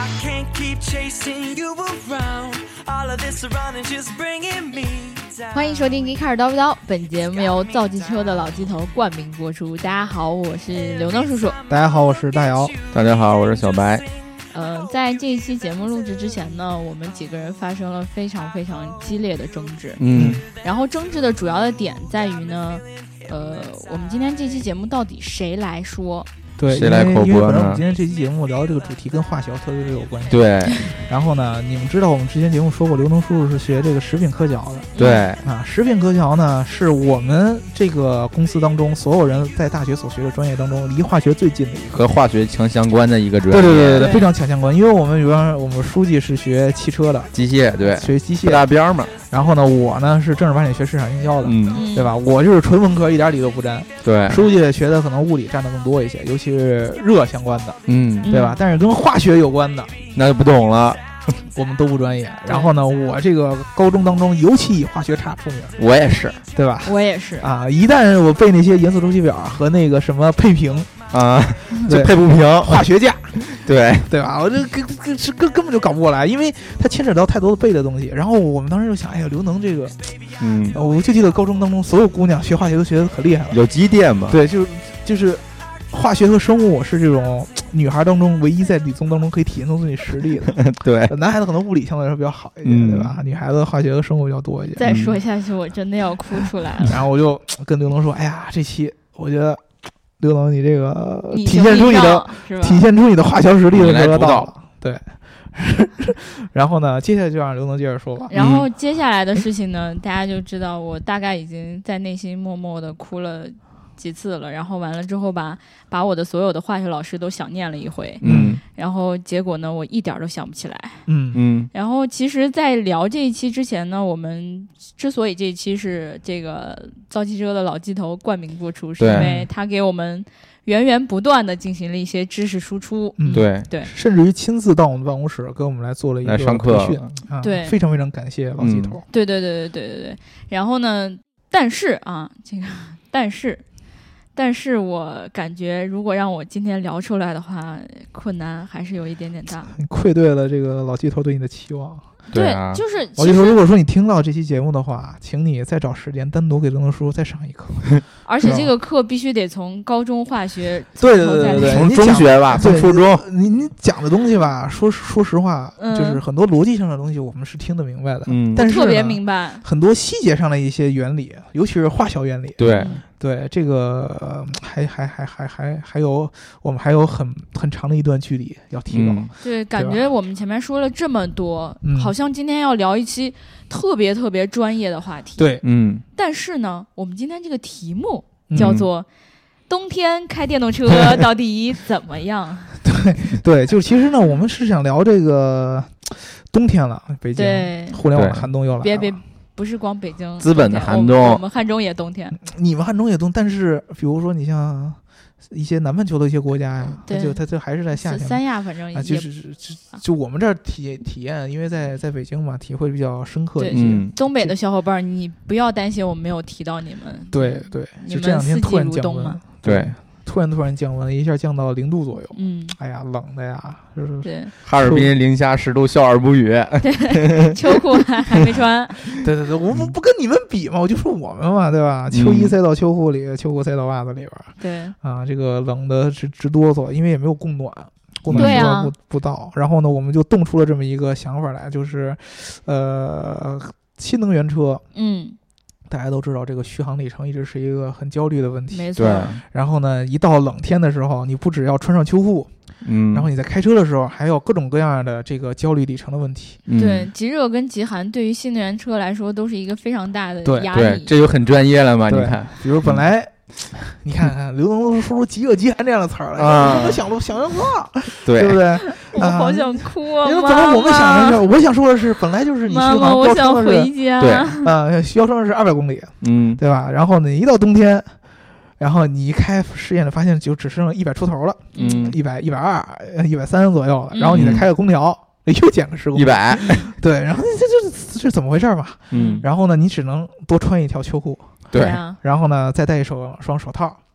欢迎收听一开始叨不叨，本节目由造汽车的老机头冠名播出。大家好，我是刘能叔叔。 大家好，我是大姚。 大家好，我是小白。 在这一期节目录制之前呢，我们几个人发生了非常非常激烈的争执。然后争执的主要的点在于呢，我们今天这期节目到底谁来说？ 对， 谁来口播呢？ 因为本来我们今天这期节目聊的这个主题跟化学特别有关系。 对。 然后呢，你们知道我们之前节目说过，刘能叔叔是学这个食品科学的。 对。 啊，食品科学呢是我们这个公司当中所有人在大学所学的专业当中离化学最近的一个， 和化学强相关的一个专业。 对，非常强相关。因为我们比方我们书记是学汽车的， 机械，对， 学机械大边嘛。 然后呢，我呢是正儿八经学市场营销的，对吧？我就是纯文科，一点理都不沾。 对， 书记学的可能物理占的更多一些，尤其是热相关的，对吧？但是跟化学有关的， 那就不懂了。 我们都不专业。然后呢，我这个高中当中尤其以化学差出名。 我也是， 对吧？ 我也是啊！一旦我背那些元素周期表和那个什么配平啊，就配不平， 化学价， 对吧？我这根本就搞不过来，因为它牵扯到太多的背的东西。然后我们当时就想，哎呀，刘能这个，我就记得高中当中所有姑娘学化学都学得可厉害了， 有机电嘛？ 对，就是化学和生物是这种女孩当中唯一在理综当中可以体现出自己实力的。 对， 男孩子可能物理相对来说比较好一点，对吧？女孩子化学和生物比较多一点。 再说下去，我真的要哭出来了。 然后我就跟刘能说：“哎呀，这期我觉得刘能你这个体现出你的化学实力的时候到了。”对。然后呢，接下来就让刘能接着说吧。 然后接下来的事情呢，大家就知道我大概已经在内心默默的哭了几次了，然后完了之后把我的所有的化学老师都想念了一回，然后结果呢，我一点都想不起来，然后其实在聊这一期之前呢，我们之所以这一期是这个造汽车的老机头冠名播出，是因为他给我们源源不断的进行了一些知识输出， 对， 甚至于亲自到我们办公室给我们来做了一个培训， 对， 非常非常感谢老机头。 对。然后呢，但是我感觉如果让我今天聊出来的话，困难还是有一点点大。 你愧对了这个老机头对你的期望。 对，就是老机头，如果说你听到这期节目的话，请你再找时间单独给刘能叔叔再上一课。 而且这个课必须得从高中化学对， 从中学吧，从初中。 你讲的东西吧，说实话，就是很多逻辑上的东西我们是听得明白的，但是特别明白很多细节上的一些原理，尤其是化学原理。对，这个还有我们还有很长的一段距离要提高。 对，感觉我们前面说了这么多，好像今天要聊一期特别特别专业的话题。 对， 但是呢，我们今天这个题目叫做冬天开电动车到底怎么样？ 对，就其实呢，我们是想聊这个冬天了，北京互联网的寒冬又来了。 别。不是光北京资本的寒冬， 我们汉中也冬天。 你们汉中也冬，但是比如说你像一些南半球的一些国家呀，它就还是在夏天。 三亚反正也就我们这儿体验，因为在北京嘛，体会比较深刻一些。 东北的小伙伴，你不要担心，我们没有提到你们。 对，就这两天突然降温， 对。 突然降温，一下降到0度左右。哎呀，冷的呀，就是对。 哈尔滨零下10度，笑而不语。 对，秋裤还没穿。 对，我们不跟你们比嘛，我就说我们嘛，对吧？秋衣塞到秋裤里，秋裤塞到袜子里边。 对啊，这个冷的直哆嗦，因为也没有供暖时不到。然后呢，我们就动出了这么一个想法来，就是新能源车。大家都知道，这个续航里程一直是一个很焦虑的问题。 没错。 然后呢，一到冷天的时候，你不只要穿上秋裤，然后你在开车的时候，还有各种各样的这个焦虑里程的问题。 对，极热跟极寒对于新能源车来说都是一个非常大的压力。 对，这就很专业了嘛？你看， 比如本来。你看刘能说出极热极寒这样的词儿来，我们想象不到，对不对？ 我好想哭啊！ 因为本来我们想的是，我想说的是，本来就是你续航我想回家。 对，需要升的是200公里，对吧？然后你一到冬天，然后你一开试验的发现就只剩100出头了，100、120、130左右了，然后你再开个空调。又减个10公里 ，100， 对，然后这怎么回事嘛？然后呢，你只能多穿一条秋裤， 对， 然后呢，再戴一双手套，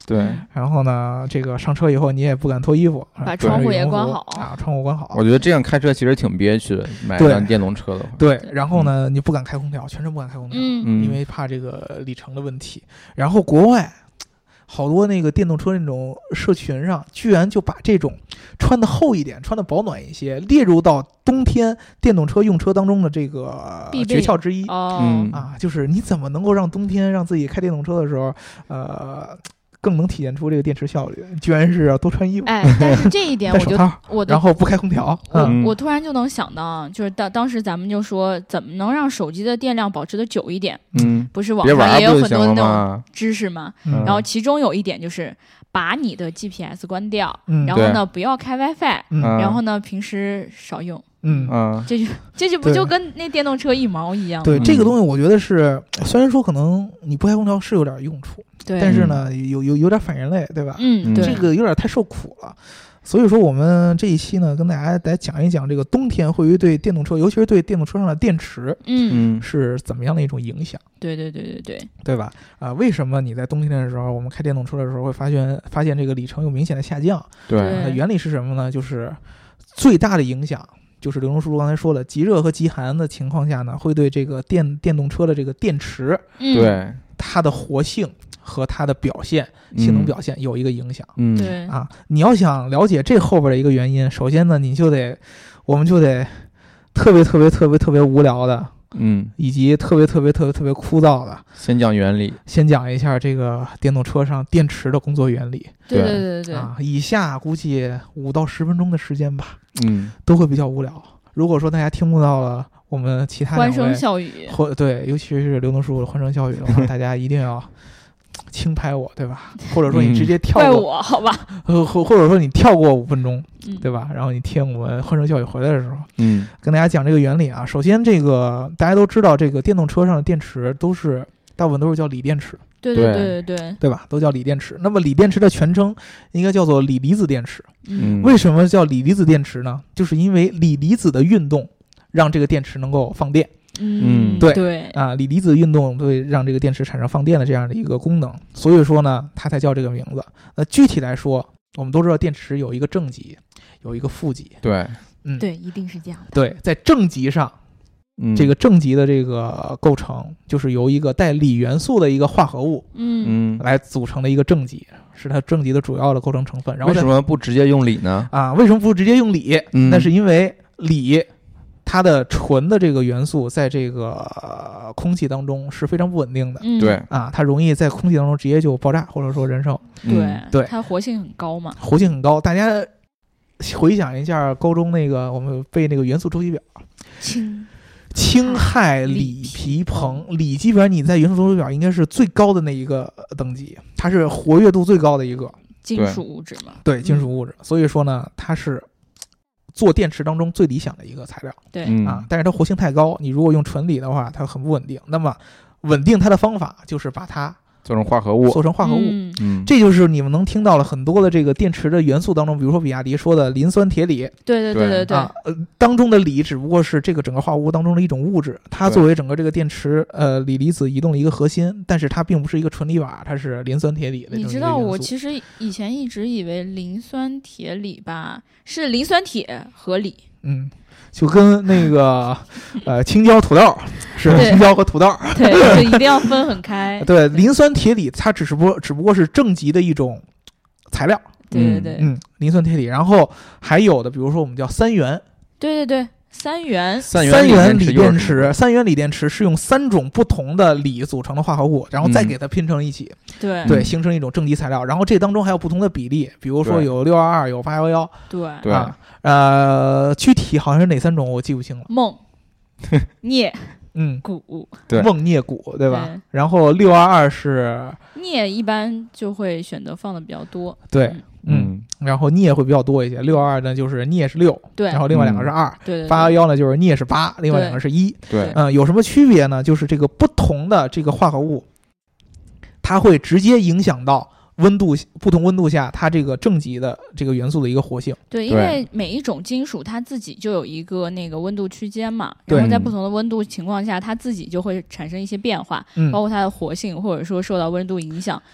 对。 然后呢，这个上车以后你也不敢脱衣服， 把窗户也关好啊，窗户关好。 我觉得这样开车其实挺憋屈的，买辆电动车的话。 对，然后呢，你不敢开空调，全程不敢开空调，因为怕这个里程的问题。然后国外好多那个电动车那种社群上，居然就把这种穿的厚一点、穿的保暖一些，列入到冬天电动车用车当中的这个诀窍之一。就是你怎么能够让冬天让自己开电动车的时候，更能体现出这个电池效率，居然是要多穿衣服。 但是这一点然后不开空调。 我突然就能想到，就是当时咱们就说，怎么能让手机的电量保持的久一点？不是网上也有很多那种知识吗？然后其中有一点就是把你的 GPS 关掉，然后呢不要开 WiFi，然后呢平时少用。这就不就跟那电动车一毛一样吗？ 对，这个东西我觉得是，虽然说可能你不开空调是有点用处，但是呢有点反人类，对吧？这个有点太受苦了。所以说我们这一期呢，跟大家来讲一讲这个冬天会对电动车，尤其是对电动车上的电池，是怎么样的一种影响？ 对吧？为什么你在冬天的时候，我们开电动车的时候会发现这个里程有明显的下降？ 对， 原理是什么呢？就是最大的影响。就是刘龙叔叔刚才说了，极热和极寒的情况下呢，会对这个电动车的这个电池， 对它的活性和它的表现、性能表现有一个影响。 对你要想了解这后边的一个原因，首先呢，我们就得特别无聊的，以及特别枯燥的， 先讲原理， 先讲一下这个电动车上电池的工作原理。 对以下估计5到10分钟的时间吧，都会比较无聊。如果说大家听不到了我们其他欢声笑语， 尤其是刘能叔叔的欢声笑语的话，大家一定要轻拍我，对吧？或者说你直接跳过我，好吧？ 或者说你跳过5分钟，对吧？然后你听我们欢声笑语回来的时候，跟大家讲这个原理啊。首先，这个大家都知道，这个电动车上的电池大部分都是叫锂电池。对吧？都叫锂电池。那么锂电池的全称应该叫做锂离子电池。为什么叫锂离子电池呢？就是因为锂离子的运动让这个电池能够放电。 对锂离子运动会让这个电池产生放电的这样的一个功能，所以说呢，它才叫这个名字。那具体来说，我们都知道电池有一个正极，有一个负极。 对， 一定是这样的。 对，在正极上。这个正极的这个构成就是由一个带锂元素的一个化合物，来组成的一个正极，是它正极的主要的构成成分。然后为什么不直接用锂呢？ 为什么不直接用锂？那是因为锂它的纯的这个元素在这个空气当中是非常不稳定的。 对它容易在空气当中直接就爆炸或者说燃烧。对， 它活性很高嘛。 活性很高，大家回想一下高中那个我们背那个元素周期表。氢氦锂铍硼，锂基本上你在元素周期表应该是最高的那一个等级，它是活跃度最高的一个金属物质嘛。 对，金属物质。所以说呢，它是做电池当中最理想的一个材料。但是它活性太高，你如果用纯锂的话，它很不稳定。那么稳定它的方法就是把它做成化合物， 这就是你们能听到了很多的这个电池的元素当中，比如说比亚迪说的磷酸铁锂， 对， 当中的锂只不过是这个整个化合物当中的一种物质，它作为整个这个电池锂离子移动的一个核心，但是它并不是一个纯锂瓦，它是磷酸铁锂的。 你知道我其实以前一直以为磷酸铁锂吧是磷酸铁和锂， 就跟那个青椒土豆是青椒和土豆， 对，就一定要分很开。 对，磷酸铁锂它只不过是正极的一种材料。 对， 磷酸铁锂，然后还有的比如说我们叫三元。 对，三元锂电池，三元锂电池是用3种不同的锂组成的化合物，然后再给它拼成一起，对，形成一种正极材料。然后这当中还有不同的比例，比如说有622，有811。 对， 具体好像是哪3种我记不清了。 锰、镍、钴， 锰、镍、钴，对吧？然后622是镍，一般就会选择放的比较多。 对。然后镍会比较多一些，622呢就是镍是6， 对， 然后另外2个是2， 对 ，811呢就是镍是8，另外2个是1， 对， 有什么区别呢？就是这个不同的这个化合物，它会直接影响到不同温度下它这个正极的这个元素的一个活性。 对，因为每一种金属它自己就有一个那个温度区间嘛，然后在不同的温度情况下，它自己就会产生一些变化，包括它的活性或者说受到温度影响。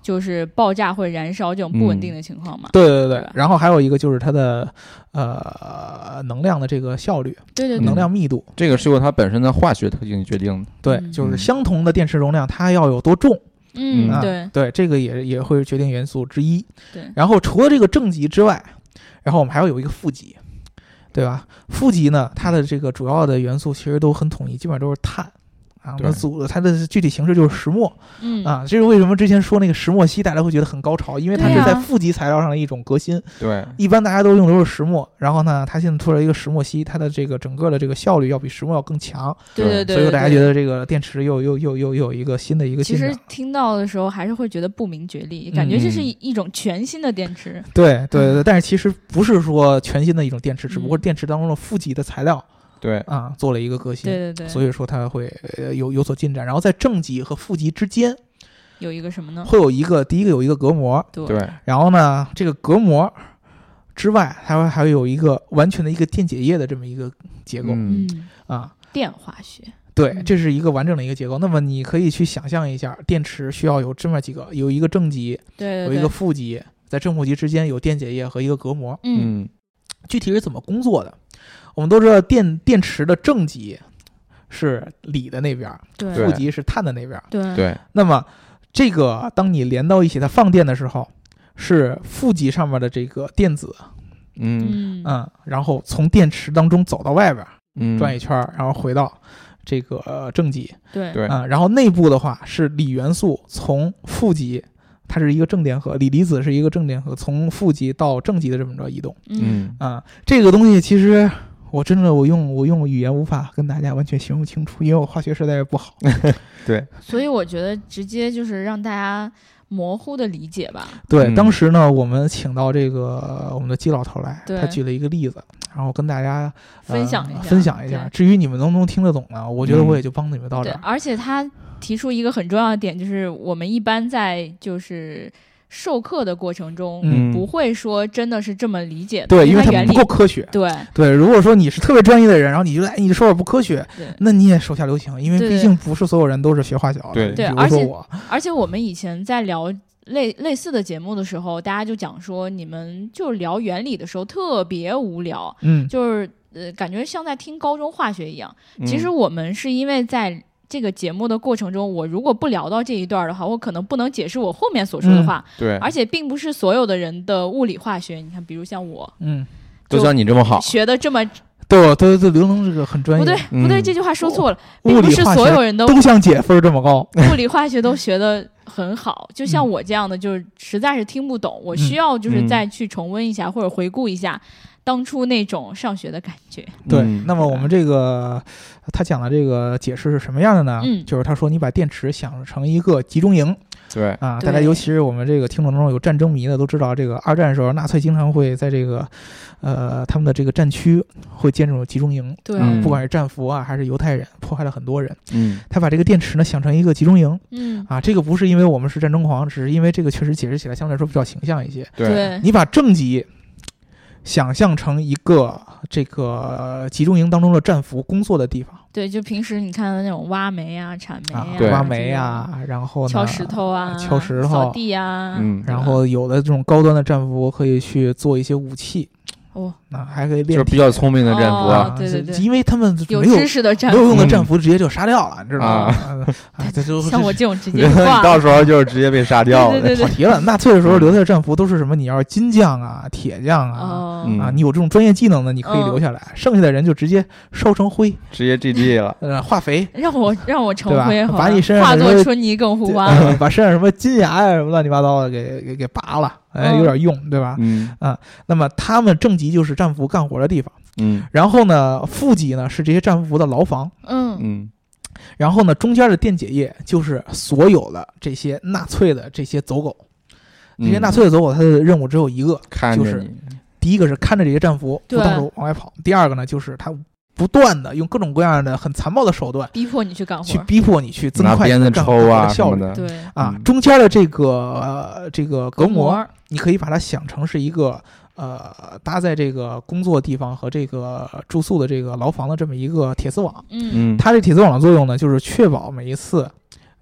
就是爆炸会燃烧这种不稳定的情况嘛。 对，然后还有一个就是它的能量的这个效率， 对， 能量密度， 这个是由它本身的化学特性决定的。 对，就是相同的电池容量，它要有多重。 对， 这个也会决定元素之一。 对， 然后除了这个正极之外，然后我们还要有一个负极，对吧？负极呢，它的这个主要的元素其实都很统一，基本上都是碳。啊，我们组的它的具体形式就是石墨，这是为什么之前说那个石墨烯大家会觉得很高潮，因为它是在负极材料上的一种革新。 对， 一般大家都用的都是石墨，然后呢，它现在出来一个石墨烯，它的这个整个的这个效率要比石墨要更强。 对， 所以大家觉得这个电池又有一个新的一个进展。 其实听到的时候还是会觉得不明觉厉，感觉这是一种全新的电池。 对，但是其实不是说全新的一种电池，只不过电池当中的负极的材料。 对啊，做了一个革新， 对， 所以说它会有所进展。然后在正极和负极之间有一个什么呢？ 会有第一个有一个隔膜， 对。 然后呢，这个隔膜之外，它还有一个完全的一个电解液的这么一个结构， 电化学。 对，这是一个完整的一个结构。那么你可以去想象一下，电池需要有这么几个，有一个正极， 对， 有一个负极，在正负极之间有电解液和一个隔膜。具体是怎么工作的？我们都知道电池的正极是锂的那边，负极是碳的那边。 对。 那么这个当你连到一起，它放电的时候，是负极上面的这个电子，然后从电池当中走到外边，转一圈，然后回到这个正极。 对。 然后内部的话是锂元素从负极。它是一个正电荷，锂离子是一个正电荷，从负极到正极的这么着移动。这个东西其实我用语言无法跟大家完全形容清楚，因为我化学实在是不好。 对， 所以我觉得直接就是让大家模糊的理解吧。 对，当时呢，我们请到这个我们的季老头来，他举了一个例子，然后跟大家分享一下。 至于你们能不能听得懂呢？我觉得我也就帮你们到这儿。 而且他提出一个很重要的点，就是我们一般在就是授课的过程中，不会说真的是这么理解的， 对，因为它不够科学。对，如果说你是特别专业的人，然后你觉得你说点不科学，那你也手下留情，因为毕竟不是所有人都是学化学的。 对，而且我们以前在聊类似的节目的时候，大家就讲说，你们就聊原理的时候特别无聊，就是感觉像在听高中化学一样。其实我们是因为在这个节目的过程中，我如果不聊到这一段的话，我可能不能解释我后面所说的话。 对， 而且并不是所有的人的物理化学，你看，比如像我， 都像你这么好， 学的这么。 对，刘能这个很专业。 不对，这句话说错了，并不是所有人都像姐分这么高， 物理化学都学得很好。就像我这样的，就是实在是听不懂，我需要就是再去重温一下或者回顾一下当初那种上学的感觉。 对，那么我们这个他讲的这个解释是什么样的呢？就是他说你把电池想成一个集中营。 对啊，大家尤其是我们这个听众中有战争迷的都知道，这个二战的时候，纳粹经常会在这个他们的这个战区会建这种集中营。 对， 不管是战俘啊还是犹太人，迫害了很多人。他把这个电池呢想成一个集中营。这个不是因为我们是战争狂，只是因为这个确实解释起来相对来说比较形象一些。 对， 你把正极想象成一个这个集中营当中的战俘工作的地方。 对，就平时你看的那种挖煤啊、铲煤啊、 挖煤啊，然后敲石头啊、扫地啊， 然后有的这种高端的战俘可以去做一些武器。那还可以练， 就是比较聪明的战俘啊， 对， 因为他们有知识的战俘， 没有用的战俘直接就杀掉了，你知道吗？ 像我这种直接挂， 你到时候就是直接被杀掉了。 对， 跑题了。纳粹的时候留下的战俘都是什么？你要是金匠啊、铁匠啊，你有这种专业技能的，你可以留下来，剩下的人就直接烧成灰， 直接 GG 了。 化肥， 让我成灰， 把你身上化作春泥更护花， 把身上什么金牙呀、什么乱七八糟的给拔了。有点用，对吧？那么他们正极就是战俘干活的地方，然后呢，负极呢是这些战俘的牢房，然后呢，中间的电解液就是所有的这些纳粹的这些走狗，这些纳粹的走狗，他的任务只有一个，就是第一个是看着这些战俘不到处往外跑，第二个呢就是他不断的用各种各样的很残暴的手段逼迫你去干活， 去逼迫你去增快你的干活的效率。 对中间的这个隔膜，你可以把它想成是一个搭在这个工作地方和这个住宿的这个牢房的这么一个铁丝网。它这铁丝网的作用呢，就是确保每一次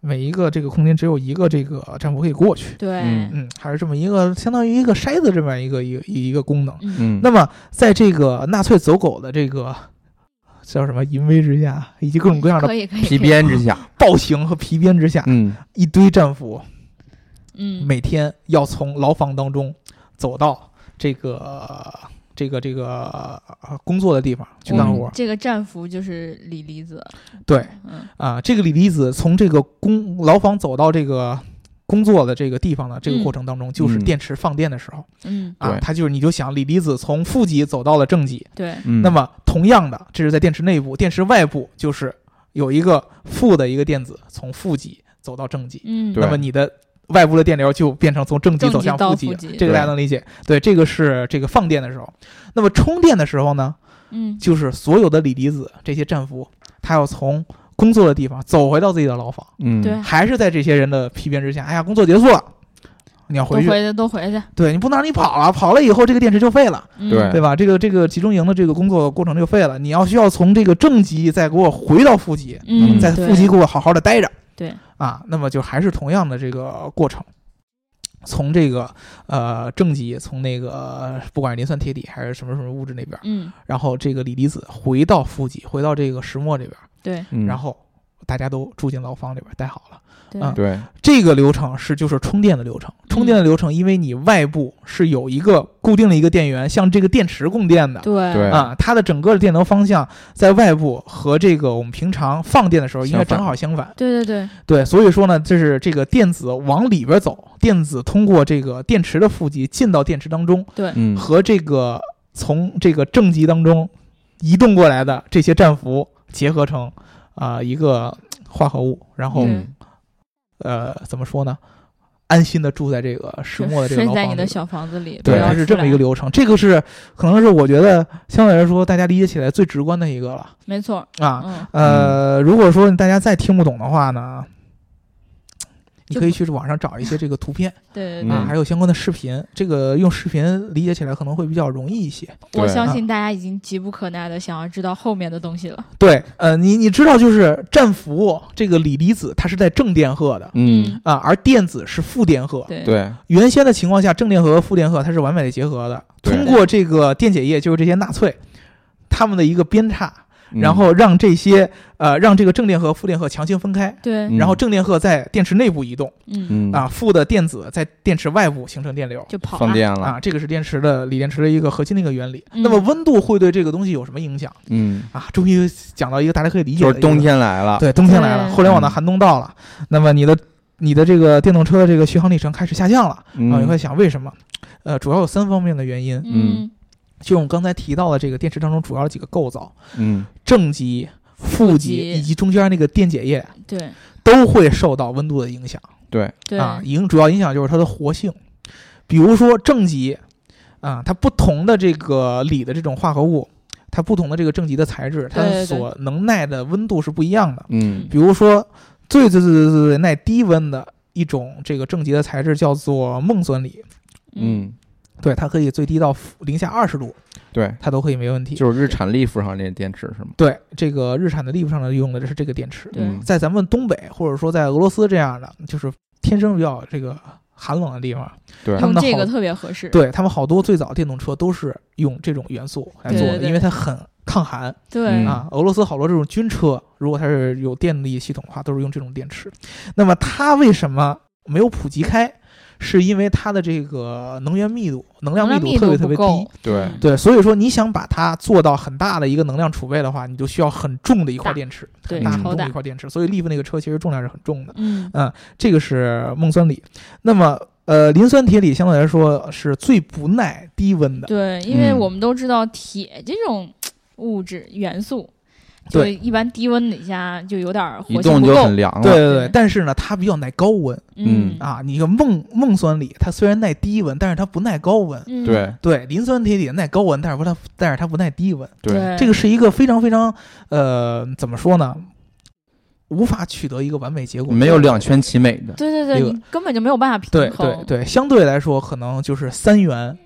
每一个这个空间只有一个这个战俘可以过去。 对， 还是这么一个相当于一个筛子这么一个功能。 那么在这个纳粹走狗的这个叫什么淫威之下，以及各种各样的皮鞭之下， 暴行和皮鞭之下，一堆战俘，每天要从牢房当中走到这个工作的地方去干活。 这个战俘就是李离子。 对，这个李离子从这个牢房走到这个工作的这个地方的这个过程当中，就是电池放电的时候。他就是你就想李离子从负极走到了正极。 对， 那么同样的，这是在电池内部，电池外部就是有一个负的一个电子从负极走到正极。那么你的外部的电流就变成从正极走向负极，这个大家能理解。对，这个是这个放电的时候。那么充电的时候呢，就是所有的锂离子这些战俘，他要从工作的地方走回到自己的牢房。 对， 还是在这些人的批鞭之下，哎呀，工作结束了，你要回去， 都回去。 对，你不能让你跑了以后这个电池就废了，对吧？这个集中营的这个工作过程就废了，你需要从这个正极再给我回到负极，在负极给我好好的待着。 对那么就还是同样的这个过程，从这个正极，从那个不管是磷酸铁锂还是什么什么物质那边，然后这个锂离子回到负极，回到这个石墨这边， 对， 然后大家都住进牢房里边待好了。 对， 这个流程就是充电的流程。充电的流程，因为你外部是有一个固定的一个电源向这个电池供电的。 对它的整个的电能方向在外部和这个我们平常放电的时候应该正好相反。对，所以说呢，这是这个电子往里边走，电子通过这个电池的负极进到电池当中， 对， 和这个从这个正极当中移动过来的这些战俘结合成一个化合物，然后怎么说呢？安心的住在这个石墨的这个牢房里， 睡在你的小房子里。 对，它是这么一个流程。这个是可能是我觉得相对来说大家理解起来最直观的一个了。 没错如果说大家再听不懂的话呢，你可以去网上找一些这个图片， 对还有相关的视频，这个用视频理解起来可能会比较容易一些。 我相信大家已经急不可耐的想要知道后面的东西了。 对，你知道就是战俘这个锂离子它是在正电荷的，而电子是负电荷。 对， 原先的情况下，正电荷和负电荷它是完美的结合的。通过这个电解液，就是这些纳粹他们的一个鞭挞。然后让这些让这个正电荷、负电荷强行分开， 对， 然后正电荷在电池内部移动，负的电子在电池外部形成电流， 就跑放电了这个是锂电池的一个核心的一个原理。那么温度会对这个东西有什么影响？终于讲到一个大家可以理解的， 就是冬天来了， 对，冬天来了，互联网的寒冬到了，那么你的这个电动车的这个续航里程开始下降了，你会想为什么？主要有3方面的原因，就我们刚才提到的这个电池当中主要的几个构造，正极、负极以及中间那个电解液， 对， 都会受到温度的影响。 对主要影响就是它的活性。比如说正极它不同的这个锂的这种化合物，它不同的这个正极的材质，它所能耐的温度是不一样的。比如说最耐低温的一种这个正极的材质叫做锰酸锂。对，它可以最低到零下20度， 对， 它都可以没问题。 就是日产利福上那电池是吗？ 对，这个日产的利福上的用的是这个电池。在咱们东北或者说在俄罗斯这样的，就是天生比较这个寒冷的地方， 对， 他们这个特别合适。 对，他们好多最早电动车都是用这种元素来做的，因为它很抗寒。 对俄罗斯好多这种军车，如果它是有电力系统的话，都是用这种电池。那么它为什么没有普及开？是因为它的这个能量密度特别低，对，所以说你想把它做到很大的一个能量储备的话，你就需要很重的一块电池，很重的一块电池。所以利弗那个车其实重量是很重的，这个是锰酸锂。那么磷酸铁锂相对来说是最不耐低温的， 对，因为我们都知道铁这种物质元素。就一般低温底下就有点活性不够， 一动就很凉了。 对，但是呢，它比较耐高温。你一个锰酸锂，它虽然耐低温，但是它不耐高温。对，磷酸铁锂耐高温，但是它不耐低温。 对， 这个是一个非常非常怎么说呢？无法取得一个完美结果， 没有两全其美的。 对，你根本就没有办法平衡。 对，相对来说，可能就是3元。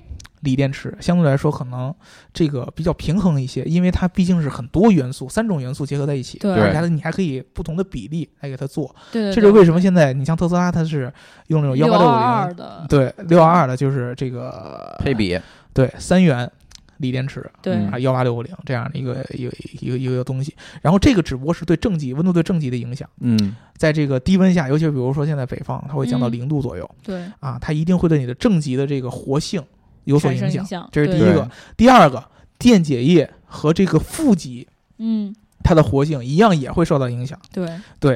锂电池相对来说可能这个比较平衡一些，因为它毕竟是很多元素，3种元素结合在一起， 对， 而且你还可以不同的比例来给它做。 对， 这就是为什么现在你像特斯拉，它是用那种 18650的， 对，622的就是这个配比， 对，3元锂电池， 对啊，18650这样的一个东西。然后这个只不过是对正极温度对正极的影响，在这个低温下，尤其比如说现在北方，它会降到0度左右， 对， 啊，它一定会对你的正极的这个活性有所影响， 这是第一个。第二个，电解液和这个负极，它的活性一样也会受到影响。对，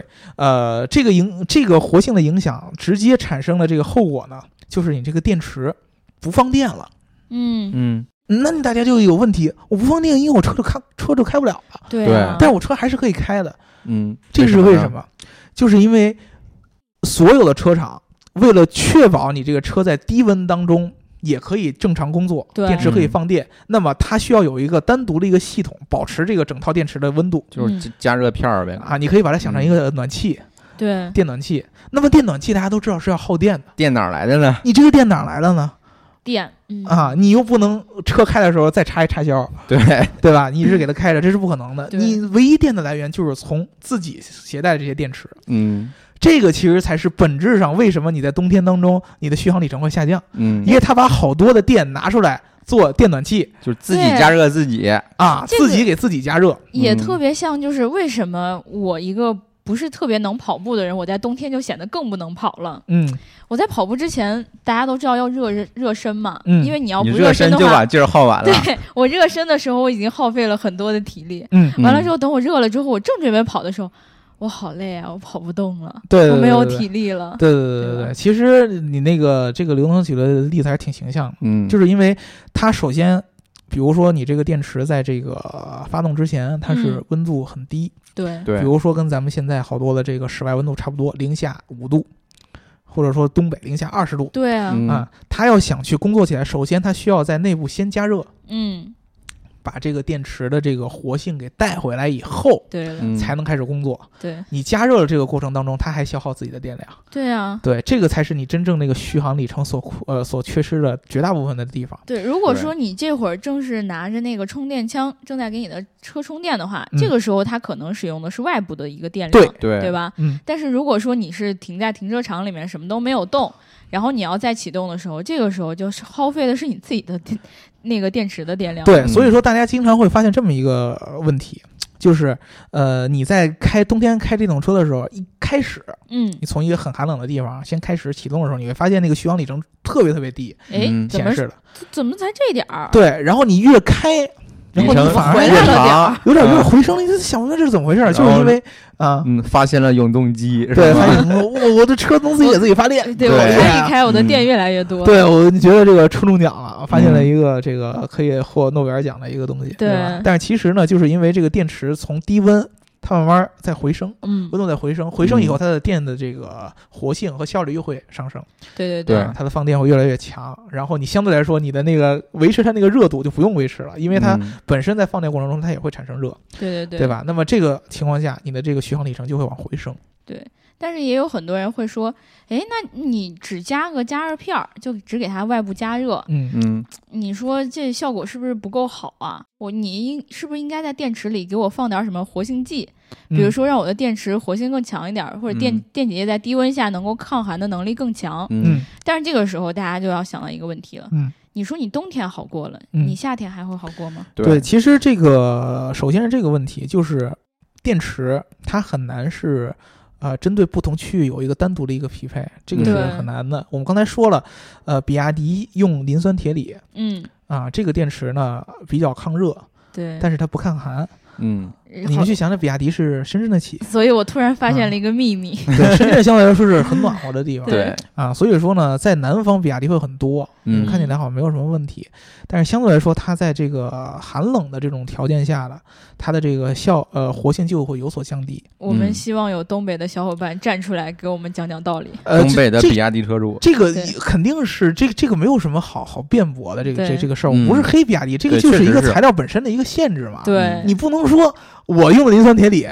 这个活性的影响直接产生的这个后果呢，就是你这个电池不放电了。那你大家就有问题，我不放电，因为我车就开不了了。 对， 但是我车还是可以开的。 这是为什么？就是因为所有的车厂为了确保你这个车在低温当中也可以正常工作，电池可以放电，那么它需要有一个单独的一个系统保持这个整套电池的温度， 就是加热片呗啊，你可以把它想成一个暖气， 对， 电暖气。那么电暖气大家都知道是要耗电的， 电哪来的呢？ 你这个电哪来的呢？ 电啊，你又不能车开的时候再插一插销，对吧？你一直给它开着，这是不可能的。你唯一电的来源就是从自己携带的这些电池。这个其实才是本质上为什么你在冬天当中你的续航里程会下降。因为它把好多的电拿出来做电暖气， 就是自己加热自己啊，自己给自己加热， 也特别像就是为什么我一个不是特别能跑步的人，我在冬天就显得更不能跑了。我在跑步之前，大家都知道要热身嘛，因为你要不热身的话， 就把劲儿耗完了。 对，我热身的时候，我已经耗费了很多的体力。完了之后，等我热了之后，我正准备跑的时候，我好累啊，我跑不动了， 对， 我没有体力了。 对，其实你这个刘能举的例子还是挺形象的，就是因为它首先，比如说你这个电池在这个发动之前，它是温度很低， 对， 比如说跟咱们现在好多的这个室外温度差不多，零下5度。或者说东北零下20度， 对啊， 他要想去工作起来，首先他需要在内部先加热，把这个电池的这个活性给带回来以后，才能开始工作。 对， 你加热的这个过程当中，它还消耗自己的电量。 对啊， 对，这个才是你真正那个续航里程所缺失的绝大部分的地方。 对，如果说你这会儿正是拿着那个充电枪正在给你的车充电的话，这个时候它可能使用的是外部的一个电量，对吧？但是如果说你是停在停车场里面什么都没有动，然后你要再启动的时候，这个时候就是耗费的是你自己的那个电池的电量。 对，所以说大家经常会发现这么一个问题，就是你在冬天开这种车的时候，一开始你从一个很寒冷的地方先开始启动的时候，你会发现那个续航里程特别特别低，显示的怎么才这点儿？ 对，然后你越开，然后你反而回来了有点回升了，你想不明白这是怎么回事，就是因为发现了永动机， 对，发现我的车能自己给自己发电， 对，我开一开，我的电越来越多。 对，我觉得这个抽中奖了，发现了一个这个可以获诺贝尔奖的一个东西，对吧？但是其实呢，就是因为这个电池从低温它慢慢在回升，温度在回升，回升以后它的电的这个活性和效率又会上升， 对， 它的放电会越来越强，然后你相对来说你的那个维持它那个热度就不用维持了，因为它本身在放电过程中它也会产生热，对吧？那么这个情况下你的这个续航里程就会往回升。 对，但是也有很多人会说，那你只加个加热片儿，就只给它外部加热，你说这效果是不是不够好啊？你是不是应该在电池里给我放点什么活性剂，比如说让我的电池活性更强一点，或者电解液在低温下能够抗寒的能力更强。但是这个时候大家就要想到一个问题了，你说你冬天好过了，你夏天还会好过吗？ 对，其实这个首先是这个问题，就是电池它很难是针对不同区域有一个单独的一个匹配，这个是很难的。我们刚才说了，比亚迪用磷酸铁锂，这个电池呢比较抗热， 对， 但是它不抗寒。你们去想想，比亚迪是深圳的企业， 所以我突然发现了一个秘密。 对，深圳相对来说是很暖和的地方。 对所以说呢，在南方比亚迪会很多，看起来好像没有什么问题，但是相对来说，它在这个寒冷的这种条件下的，它的这个活性就会有所降低。 我们希望有东北的小伙伴站出来给我们讲讲道理。 东北的比亚迪车主， 这个肯定是这个没有什么好辩驳的，这个事儿，我不是黑比亚迪，这个就是一个材料本身的一个限制嘛。 对， 你不能说我用的磷酸铁锂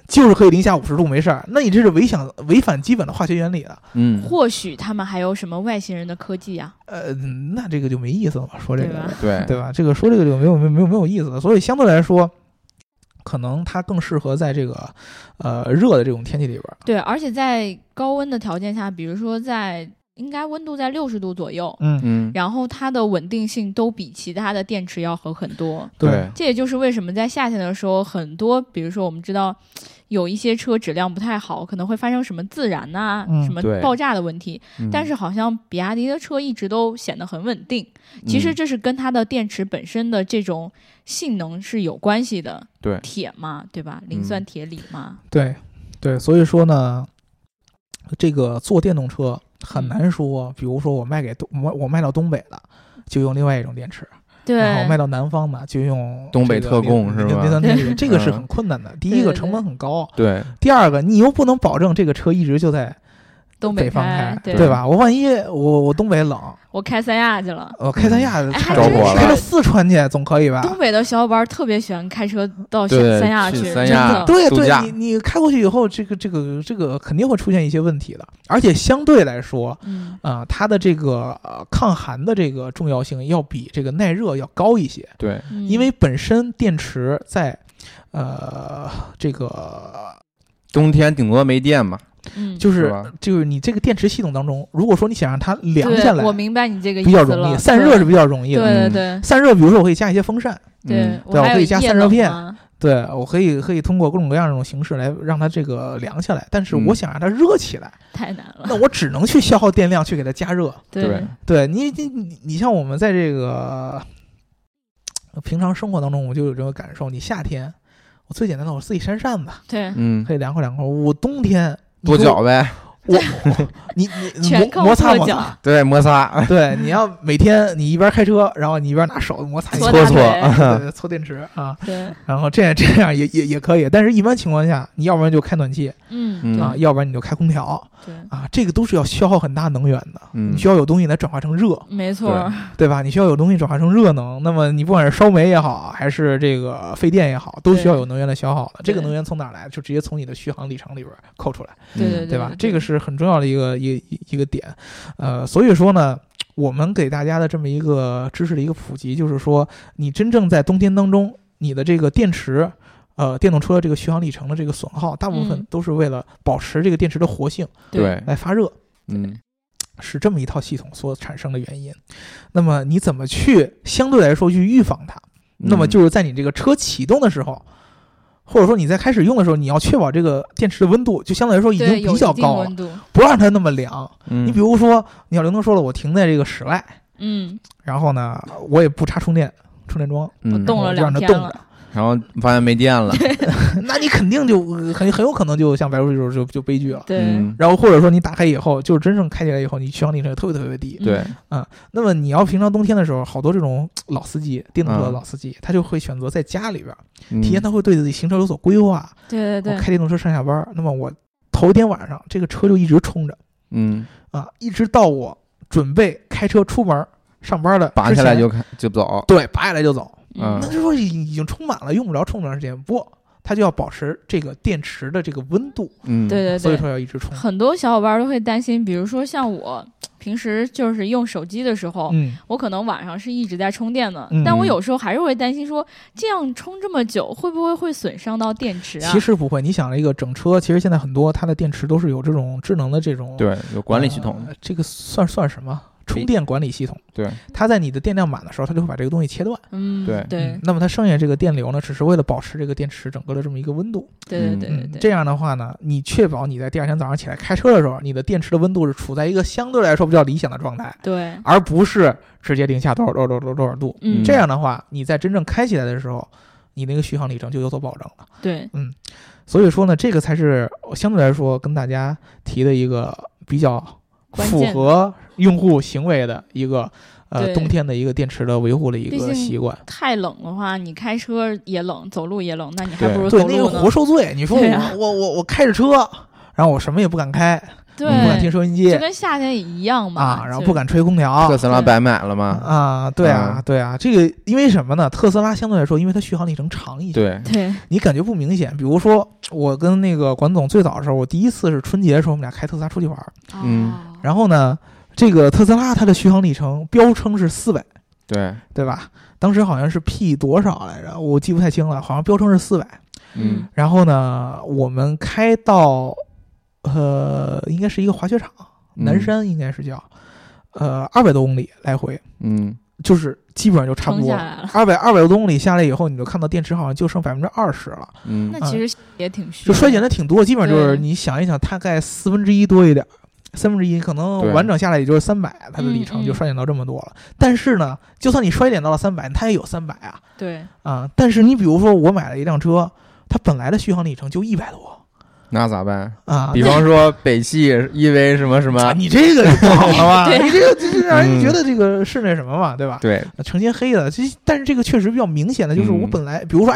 就是可以零下50度没事儿，那你这是违反基本的化学原理的。 或许他们还有什么外星人的科技啊？ 那这个就没意思了嘛，说这个对吧？这个说这个就没有意思了。所以相对来说，可能它更适合在这个热的这种天气里边。 对，而且在高温的条件下，比如说应该温度在60度左右，然后它的稳定性都比其他的电池要好很多。 对， 这也就是为什么在夏天的时候，很多比如说我们知道有一些车质量不太好，可能会发生什么自燃什么爆炸的问题，但是好像比亚迪的车一直都显得很稳定。其实这是跟它的电池本身的这种性能是有关系的。 对， 铁嘛，对吧？磷酸铁锂嘛。 对，所以说呢，这个做电动车很难说，比如说我卖到东北的就用另外一种电池， 对， 然后卖到南方的就用东北特供是吧？ 这个是很困难的。第一个成本很高， 对。 第二个你又不能保证这个车一直就在北方开，对吧？我万一我东北冷， 我开三亚去了， 开三亚着火了， 开到四川去总可以吧？ 东北的小伙伴特别喜欢开车到三亚去， 三亚对，你开过去以后，这个肯定会出现一些问题的。而且相对来说，它的这个抗寒的这个重要性要比这个耐热要高一些。 对， 因为本身电池在这个冬天顶多没电嘛。 就是你这个电池系统当中，如果说你想让它凉下来， 我明白你这个意思了，比较容易，散热是比较容易的。 对， 散热比如说我可以加一些风扇， 对， 我可以加散热片，对，我可以通过各种各样这种形式来让它这个凉下来。但是我想让它热起来， 太难了， 那我只能去消耗电量去给它加热。 对， 你像我们在这个平常生活当中，我就有这种感受。你夏天，我最简单的，我自己扇扇子， 对， 可以凉快。我冬天。 跺脚呗， 你摩擦， 对，摩擦， 对，你要每天你一边开车，然后你一边拿手摩擦搓电池啊， 对， 然后这样也可以，但是一般情况下，你要不然就开暖气，要不然你就开空调， 对啊，这个都是要消耗很大能源的，你需要有东西来转化成热， 没错， 对吧？你需要有东西转化成热能，那么你不管是烧煤也好，还是这个费电也好，都需要有能源的消耗的。这个能源从哪来？就直接从你的续航里程里边扣出来，对吧？这个是很重要的一个点，所以说呢，我们给大家的这么一个知识的一个普及，就是说，你真正在冬天当中，你的这个电池，电动车的这个续航里程的这个损耗，大部分都是为了保持这个电池的活性， 对， 来发热，是这么一套系统所产生的原因。那么你怎么去相对来说去预防它？那么就是在你这个车启动的时候。或者说你在开始用的时候，你要确保这个电池的温度就相对来说已经比较高了，不让它那么凉。你比如说，你要刘能说了，我停在这个室外，然后呢，我也不插充电桩， 我冻了2天了。 然后发现没电了， 那你肯定就很有可能就像白叔这种就悲剧了。 对， 然后或者说你打开以后，就是真正开起来以后，你续航里程特别低。 对， 那么你要平常冬天的时候，好多这种老司机，电动车的老司机，他就会选择在家里边，提前他会对自己行车有所规划。 对， 我开电动车上下班，那么我头一天晚上这个车就一直充着，一直到我准备开车出门上班的， 拔下来就走。 对，拔下来就走。那就说已经充满了，用不着充长时间。不过它就要保持这个电池的这个温度。 对， 所以说要一直充。 很多小伙伴都会担心，比如说像我平时就是用手机的时候，我可能晚上是一直在充电的，但我有时候还是会担心说，这样充这么久会不会损伤到电池啊？ 其实不会，你想了一个整车，其实现在很多它的电池都是有这种智能的这种， 对，有管理系统。 这个算什么？充电管理系统， 对， 它在你的电量满的时候，它就会把这个东西切断， 对， 那么它剩下这个电流呢，只是为了保持这个电池整个的这么一个温度， 对， 这样的话呢，你确保你在第二天早上起来开车的时候，你的电池的温度是处在一个相对来说比较理想的状态， 对， 而不是直接零下多少度，这样的话，你在真正开起来的时候，你那个续航里程就有所保证了， 对， 所以说呢，这个才是相对来说跟大家提的一个比较符合用户行为的一个冬天的一个电池的维护的一个习惯。 太冷的话，你开车也冷，走路也冷，那你还不如走路呢。 对，那个活受罪。你说我开着车，然后我什么也不敢开， 对， 不敢听收音机， 就跟夏天一样嘛啊，然后不敢吹空调。 特斯拉白买了吗？ 啊，对啊，对啊，这个因为什么呢？特斯拉相对来说，因为它续航里程长一些， 对， 你感觉不明显。比如说，我跟那个管总最早的时候，我第一次是春节的时候，我们俩开特斯拉出去玩，然后呢，这个特斯拉它的续航里程标称是400，对吧？当时好像是 P 多少来着，我记不太清了，好像标称是400。然后呢，我们开到应该是一个滑雪场，南山应该是叫200多公里来回，就是基本上就差不多了。200多公里下来以后，你就看到电池好像就剩20%了。 那其实也挺虚， 就衰减的挺多，基本上就是你想一想，大概1/4多一点，1/3可能完整下来也就是300，它的里程就衰减到这么多了。但是呢，就算你衰减到了300，它也有300啊。 对啊，但是你比如说我买了一辆车，它本来的续航里程就100多。 那咋办啊？ 比方说北汽EV什么什么， 你这个就不好了吧？你这个就是让人觉得这个是那什么嘛，对吧？ 对， 成天黑的。但是这个确实比较明显的就是，我本来比如说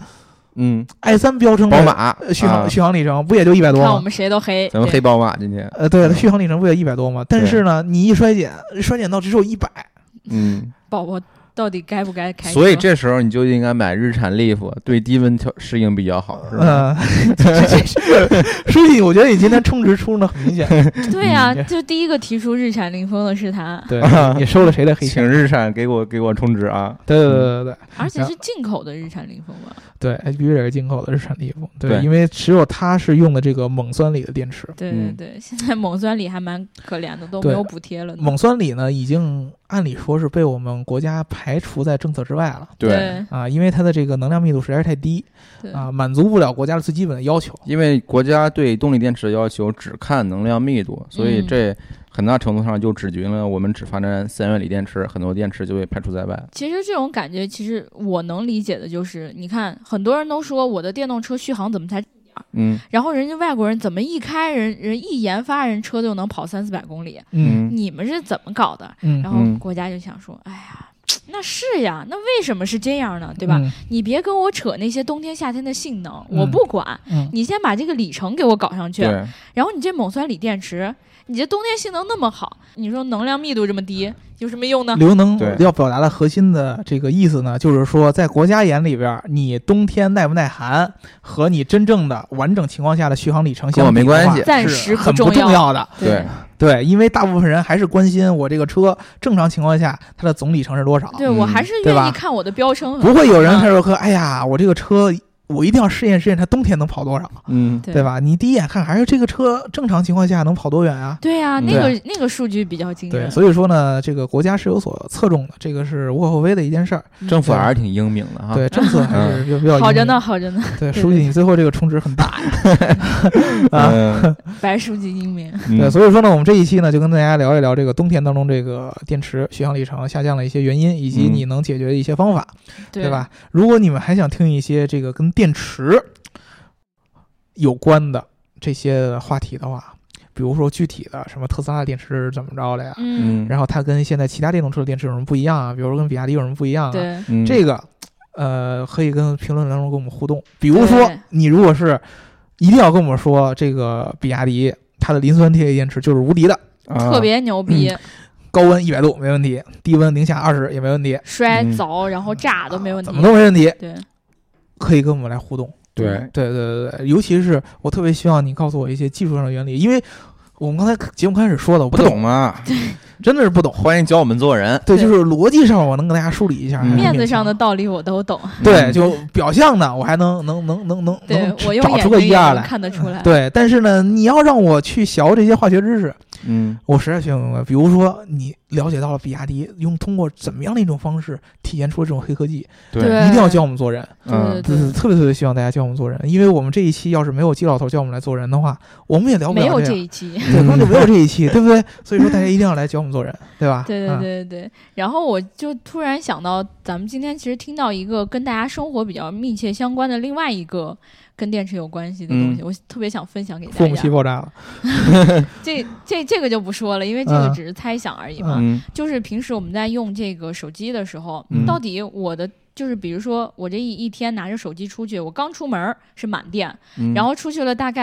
i3，i3 标称宝马续航里程不也就100多吗？ 看我们谁都黑， 咱们黑宝马今天。 对，它续航里程不也100多吗？但是呢，你一衰减到只有100。 宝宝到底该不该开？ 所以这时候你就应该买日产 Leaf， 对低温适应比较好，是吧？ 书记，我觉得你今天充值出的很明显。 对呀，就第一个提出日产零风的是他。 对，你收了谁的黑钱？ 请日产给我充值啊！ 对， 而且是进口的日产零风吧？ 对，必须得是进口的日产零风。对，因为只有它是用的这个锰酸锂的电池。 对，现在锰酸锂还蛮可怜的，都没有补贴了。 锰酸锂呢，已经按理说是被我们国家排除在政策之外了。 对啊，因为它的这个能量密度实在是太低，满足不了国家的最基本的要求。 因为国家对动力电池的要求只看能量密度，所以这很大程度上就指决了我们只发展3元锂电池，很多电池就被排除在外。 其实这种感觉，其实我能理解的就是，你看很多人都说我的电动车续航怎么才然后人家外国人怎么一开人一研发人车就能跑300-400公里，你们是怎么搞的？然后国家就想说，哎呀，那是呀，那为什么是这样呢？对吧？你别跟我扯那些冬天夏天的性能，我不管，你先把这个里程给我搞上去，然后你这锰酸锂电池，你这冬天性能那么好，你说能量密度这么低，有什么用呢？ 刘能要表达的核心的这个意思呢，就是说在国家眼里边，你冬天耐不耐寒和你真正的完整情况下的续航里程相比没关系， 暂时很不重要的。 对， 因为大部分人还是关心我这个车正常情况下它的总里程是多少。 对，我还是愿意看我的标称。 不会有人他说哎呀，我这个车我一定要试验它冬天能跑多少，对吧？你第一眼看还是这个车正常情况下能跑多远啊？ 对呀，那个数据比较惊人。 对，所以说呢，这个国家是有所侧重的，这个是无可厚非的一件事儿。 政府还是挺英明的哈。 对，政策还是比较好着呢。 对，书记，你最后这个充值很大呀。白书记英明。 对，所以说呢，我们这一期呢就跟大家聊一聊这个冬天当中这个电池续航里程下降的一些原因，以及你能解决的一些方法，对吧？如果你们还想听一些这个跟电池有关的这些话题的话，比如说具体的什么特斯拉的电池怎么着的呀，然后它跟现在其他电动车的电池有什么不一样啊？比如说跟比亚迪有什么不一样啊？这个可以跟评论当中跟我们互动。比如说你如果是一定要跟我们说这个比亚迪它的磷酸铁电池就是无敌的， 特别牛逼。 高温100度没问题，低温零下20也没问题， 摔凿然后炸都没问题， 怎么都没问题。 对， 可以跟我们来互动。对，尤其是我特别希望你告诉我一些技术上的原理，因为我们刚才节目开始说的，我不懂啊， 真的是不懂。 欢迎教我们做人。 对，就是逻辑上我能跟大家梳理一下， 面子上的道理我都懂。 对，就表象的我还能对，我用找出个一二来， 看得出来。 对，但是呢，你要让我去学这些化学知识，我实在学不明白。比如说，你了解到了比亚迪通过怎么样的一种方式体现出了这种黑科技， 对， 一定要教我们做人。特别希望大家教我们做人，因为我们这一期要是没有季老头教我们来做人的话，我们也聊不了。 没有这一期， 对，根本就没有这一期，对不对？所以说大家一定要来教我们做人，对吧？ 对。然后我就突然想到，咱们今天其实听到一个跟大家生活比较密切相关的另外一个跟电池有关系的东西，我特别想分享给大家。 父母期爆炸了。 这个就不说了，因为这个只是猜想而已嘛。就是平时我们在用这个手机的时候，到底我的就是比如说我这一天拿着手机出去，我刚出门是满电，然后出去了大概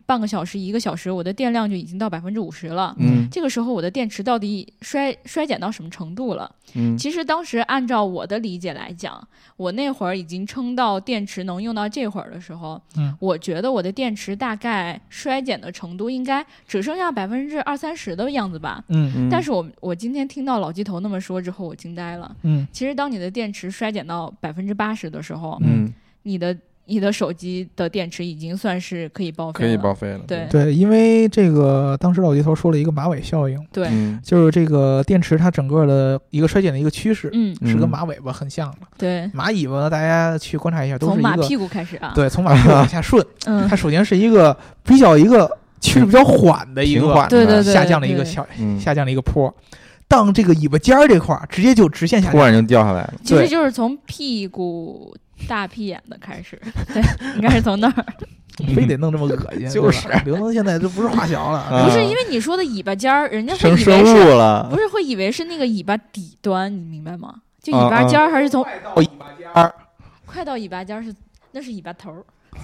半个小时、1个小时，我的电量就已经到50%了。这个时候我的电池到底衰减到什么程度了？其实当时按照我的理解来讲，我那会儿已经撑到电池能用到这会儿的时候，我觉得我的电池大概衰减的程度应该只剩下20-30%的样子吧。但是我今天听到老鸡头那么说之后，我惊呆了。其实当你的电池衰减到80%的时候，你的手机的电池已经算是可以报废了。 对，因为这个当时老鸡头说了一个马尾效应， 对， 就是这个电池它整个的一个衰减的一个趋势，是跟马尾巴很像的。 对， 马尾巴呢，大家去观察一下，都是从马屁股开始啊。 对，从马屁股往下顺。它首先是一个趋势比较缓的一个对下降的一个下降的一个坡。当这个尾巴尖儿这块儿直接就直线下降， 突然就掉下来了。 其实就是从屁股大屁眼的开始，对，应该是从那儿。 非得弄这么恶心， 就是刘能现在就不是话小了。 不是因为你说的尾巴尖儿，人家会以为是生物了， 不是会以为是那个尾巴底端，你明白吗？就尾巴尖儿还是从尾巴尖儿， 快到尾巴尖儿那是尾巴头。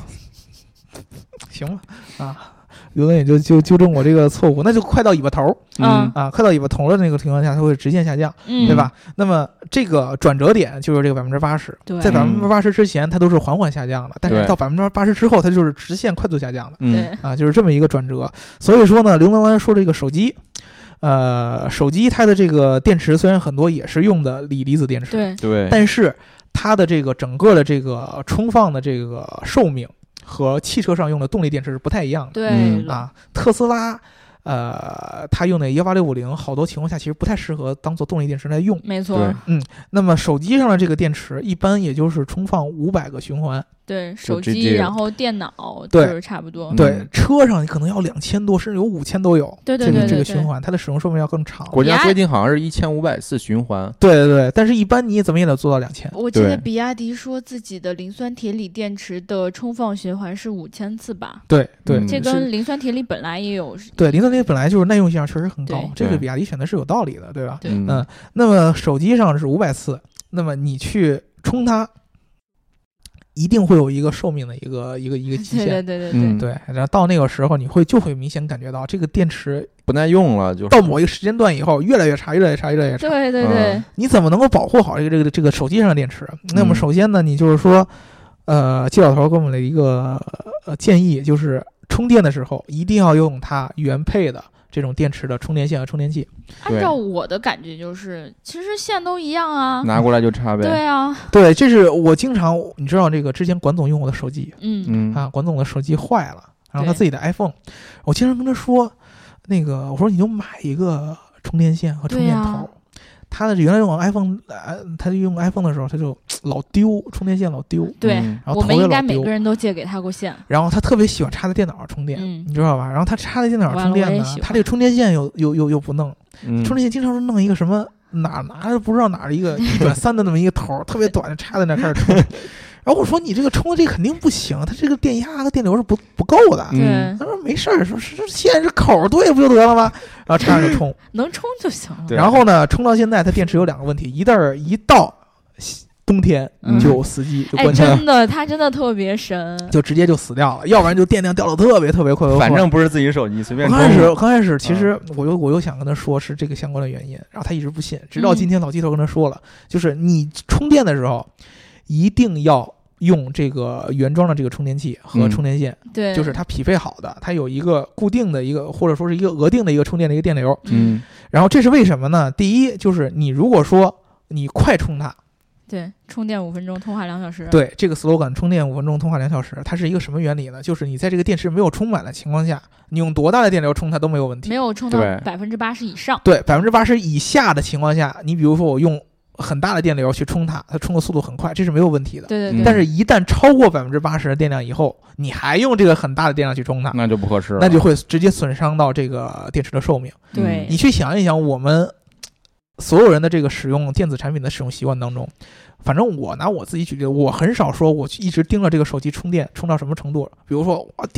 行吧，啊。刘能也就纠正我这个错误，那就快到尾巴头，快到尾巴头的那个情况下，它会直线下降，对吧？那么这个转折点就是这个80%，在80%之前它都是缓缓下降的，但是到80%之后，它就是直线快速下降的，就是这么一个转折。所以说呢，刘能刚才说这个手机，手机它的这个电池虽然很多也是用的锂离子电池， 对， 但是它的这个整个的这个充放的这个寿命和汽车上用的动力电池是不太一样的。 对特斯拉，它用的18650，好多情况下其实不太适合当做动力电池来用。 没错。 那么手机上的这个电池一般也就是充放500个循环。 对，手机然后电脑就是差不多。 对，车上你可能要2000多，甚至有5000都有。 对， 这个循环它的使用寿命要更长。 国家规定好像是1500次循环。 对，但是一般你怎么也得做到2000。 我记得比亚迪说自己的磷酸铁锂电池的充放循环是5000次吧？ 对， 这跟磷酸铁锂本来也有。 对，磷酸铁锂本来就是耐用性上确实很高，这个比亚迪选的是有道理的，对吧？ 对， 那么手机上是500次，那么你去充它。一定会有一个寿命的一个极限，对，然后到那个时候你就会明显感觉到这个电池不耐用了，就到某一个时间段以后越来越差。 对， 你怎么能够保护好这个手机上的电池？那么首先呢，你就是说，季老头给我们的一个建议就是，充电的时候一定要用它原配的这种电池的充电线和充电器。 按照我的感觉就是，其实线都一样啊， 拿过来就插呗。 对啊， 对，这是我经常，你知道这个之前管总用我的手机，管总的手机坏了，然后他自己的 iPhone， 我经常跟他说，那个我说你就买一个充电线和充电头。他的原来用 iPhone， 他用 iPhone 的时候，他就老丢充电线，老丢。 对， 然后我们应该每个人都借给他过线。 然后他特别喜欢插在电脑上充电，你知道吧？然后他插在电脑上充电呢，他这个充电线又不弄，充电线经常是弄一个什么拿着不知道哪儿一个1转3的那么一个头，特别短的插在那开始充。然后我说你这个充的这肯定不行，它这个电压和电流是不够的。他说没事儿，说是线是口对不就得了吗？然后插上就充， 能充就行了。 然后呢，充到现在它电池有2个问题，一到冬天就死机，就关机。 真的，它真的特别神， 就直接就死掉了，要不然就电量掉的特别快。 反正不是自己手机，随便充。 刚开始其实我又想跟他说是这个相关的原因，然后他一直不信，直到今天老鸡头跟他说了，就是你充电的时候一定要用这个原装的这个充电器和充电线， 对， 就是它匹配好的，它有一个固定的一个或者说是一个额定的一个充电的一个电流，然后这是为什么呢？第一就是你如果说你快充它， 对，充电5分钟，通话2小时， 对，这个 slogan 充电5分钟，通话2小时，它是一个什么原理呢？就是你在这个电池没有充满的情况下，你用多大的电流充它都没有问题， 没有充到80%以上， 对，80%以下的情况下，你比如说我用很大的电流去充它充的速度很快，这是没有问题的。 对。 但是一旦超过80%的电量以后，你还用这个很大的电量去充它， 那就不合适了， 那就会直接损伤到这个电池的寿命。 对， 你去想一想，我们所有人的这个使用电子产品的使用习惯当中，反正我拿我自己举例，我很少说我一直盯着这个手机充电充到什么程度，比如说我盯到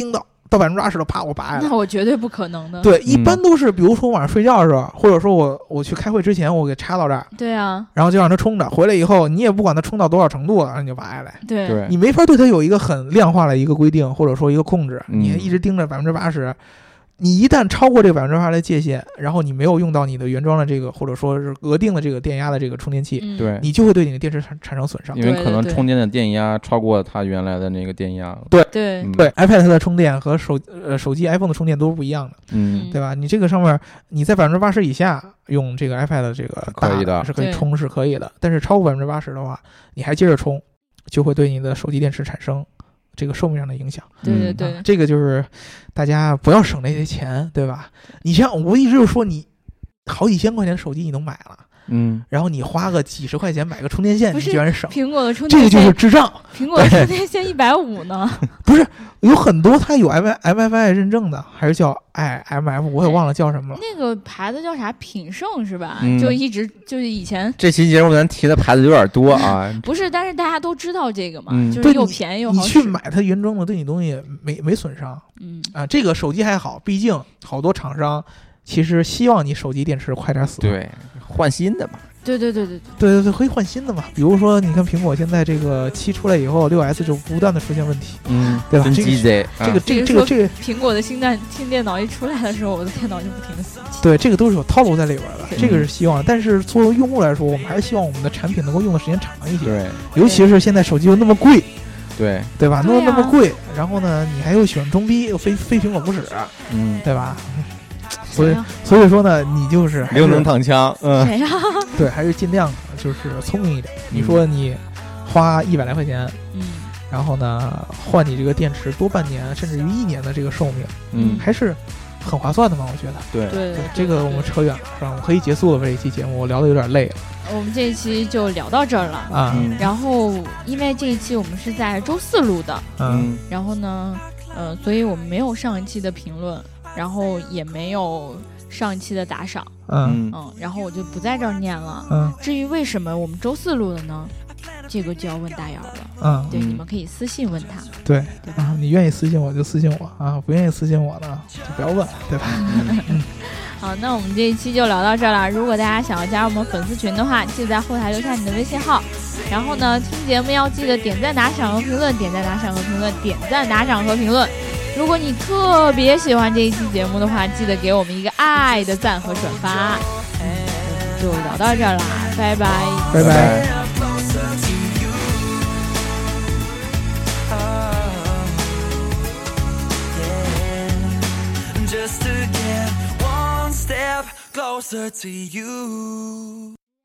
到80%了，啪我拔下来。 那我绝对不可能的。 对，一般都是比如说我晚上睡觉的时候，或者说我去开会之前我给插到这儿。 对啊。 然后就让它冲着，回来以后你也不管它冲到多少程度了，然后你就拔下来。 对， 你没法对它有一个很量化的一个规定，或者说一个控制，你还一直盯着80%。你一旦超过这个80%的界限，然后你没有用到你的原装的这个或者说是额定的这个电压的这个充电器， 对， 你就会对你的电池产生损伤， 因为可能充电的电压超过它原来的那个电压。 对对对 ，iPad 的充电和手机 iPhone 的充电都是不一样的，对吧？你这个上面你在80%以下用这个 iPad 的这个可以的， 是可以充是可以的，但是超过80%的话，你还接着充，就会对你的手机电池产生这个寿命上的影响。 对对对， 这个就是大家不要省那些钱，对吧？你像我一直就说，你好几千块钱的手机你能买了，然后你花个几十块钱买个充电线，你居然省。 苹果的充电线， 这个就是智障。 苹果的充电线150呢？ 不是，有很多它有 MFI 认证的，还是叫 IMF， 我也忘了叫什么了。 那个牌子叫啥？品胜是吧？就一直就是以前。 这期节目咱提的牌子有点多啊。 不是，但是大家都知道这个嘛，就是又便宜又好使。你去买它原装的，对你东西没损伤。这个手机还好，毕竟好多厂商其实希望你手机电池快点死。 对，换新的嘛。 对， 可以换新的嘛。比如说，你看苹果现在这个7出来以后，6S 就不断的出现问题，对吧？这个苹果的新电脑一出来的时候，我的电脑就不停的死机。 对，这个都是有套路在里边的，这个是希望。但是作为用户来说，我们还是希望我们的产品能够用的时间长一些。 对， 尤其是现在手机又那么贵， 对吧？那么贵，然后呢，你还又喜欢装逼，又非苹果不使，对吧？所以说呢，你就是刘能躺枪， 谁呀？ 对，还是尽量就是聪明一点。你说你花100来块钱，然后呢换你这个电池多半年甚至于1年的这个寿命，还是很划算的嘛？我觉得。 对， 这个我们扯远了，是吧？我们可以结束了这一期节目，我聊的有点累了。 我们这一期就聊到这儿了啊。 然后因为这一期我们是在周4录的，然后呢，所以我们没有上一期的评论。然后也没有上一期的打赏，然后我就不在这儿念了。至于为什么我们周4录的呢？这个就要问大姚了。对，你们可以私信问他。 对啊，你愿意私信我就私信我啊，不愿意私信我呢就不要问，对吧？ 好，那我们这一期就聊到这儿了。如果大家想要加入我们粉丝群的话，记得在后台留下你的微信号。然后呢，听节目要记得点赞、打赏和评论，点赞、打赏和评论，点赞、打赏和评论。如果你特别喜欢这一期节目的话，记得给我们一个爱的赞和转发。我们就聊到这儿啦，拜拜， 拜拜。 Just to get one step closer to you.